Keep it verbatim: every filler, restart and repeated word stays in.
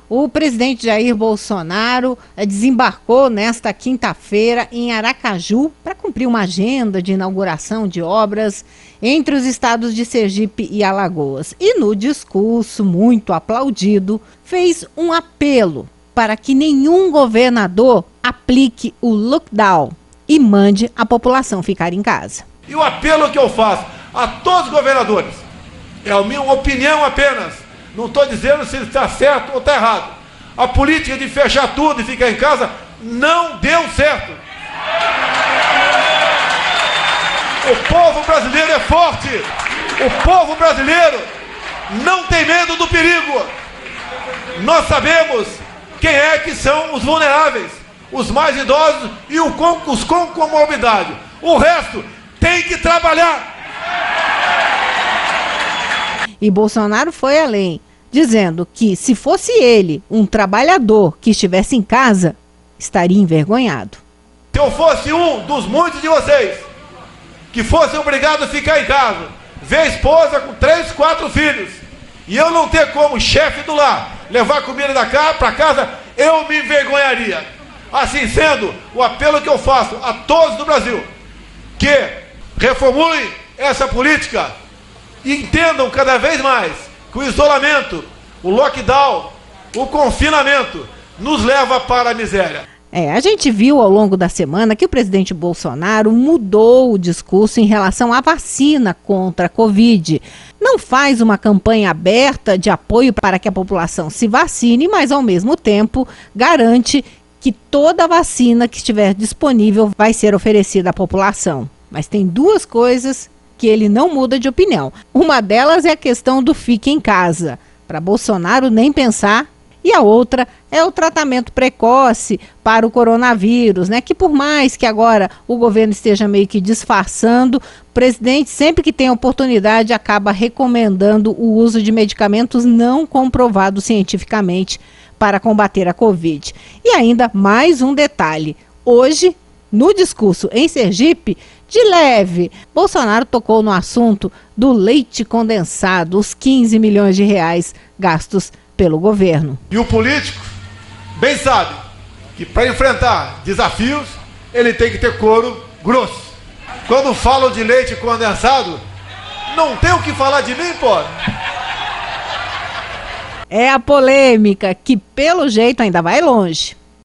O presidente Jair Bolsonaro desembarcou nesta quinta-feira em Aracaju para cumprir uma agenda de inauguração de obras entre os estados de Sergipe e Alagoas. E no discurso, muito aplaudido, fez um apelo para que nenhum governador aplique o lockdown e mande a população ficar em casa. E o apelo que eu faço a todos os governadores, é a minha opinião apenas, não estou dizendo se está certo ou está errado. A política de fechar tudo e ficar em casa não deu certo. O povo brasileiro é forte. O povo brasileiro não tem medo do perigo. Nós sabemos quem é que são os vulneráveis, os mais idosos e os com comorbidade. O resto tem que trabalhar. E Bolsonaro foi além, dizendo que se fosse ele, um trabalhador que estivesse em casa, estaria envergonhado. Se eu fosse um dos muitos de vocês que fosse obrigado a ficar em casa, ver a esposa com três, quatro filhos, e eu não ter como chefe do lar levar comida da casa para casa, eu me envergonharia. Assim sendo, o apelo que eu faço a todos do Brasil, que reformulem essa política e entendam cada vez mais que o isolamento, o lockdown, o confinamento nos leva para a miséria. É, a gente viu ao longo da semana que o presidente Bolsonaro mudou o discurso em relação à vacina contra a Covid. Não faz uma campanha aberta de apoio para que a população se vacine, mas ao mesmo tempo garante que toda vacina que estiver disponível vai ser oferecida à população. Mas tem duas coisas que ele não muda de opinião. Uma delas é a questão do fique em casa, para Bolsonaro nem pensar. E a outra é o tratamento precoce para o coronavírus, né? Que por mais que agora o governo esteja meio que disfarçando, o presidente, sempre que tem oportunidade, acaba recomendando o uso de medicamentos não comprovados cientificamente para combater a Covid. E ainda mais um detalhe. Hoje, no discurso em Sergipe, de leve, Bolsonaro tocou no assunto do leite condensado, os quinze milhões de reais gastos pelo governo. E o político bem sabe que para enfrentar desafios, ele tem que ter couro grosso. Quando falam de leite condensado, não tem o que falar de mim, pô. É a polêmica que, pelo jeito, ainda vai longe.